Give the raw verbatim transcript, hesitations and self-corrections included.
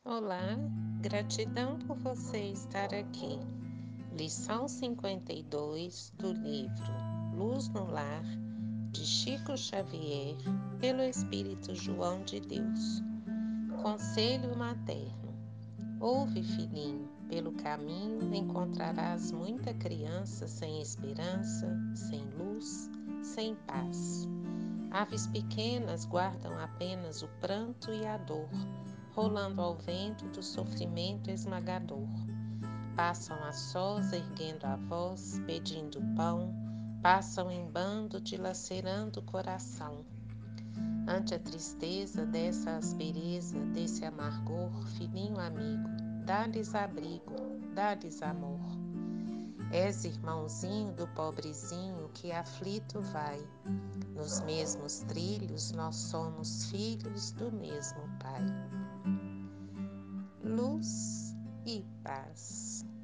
Olá, gratidão por você estar aqui. Lição cinquenta e dois do livro Luz no Lar, de Chico Xavier, pelo Espírito João de Deus. Conselho materno. Ouve, filhinho, pelo caminho encontrarás muita criança sem esperança, sem luz, sem paz. Aves pequenas guardam apenas o pranto e a dor, rolando ao vento do sofrimento esmagador. Passam a sós erguendo a voz, pedindo pão, passam em bando dilacerando o coração. Ante a tristeza dessa aspereza, desse amargor, filhinho amigo, dá-lhes abrigo, dá-lhes amor. És irmãozinho do pobrezinho que aflito vai. Nos mesmos trilhos nós somos filhos do mesmo Pai. Luz e paz.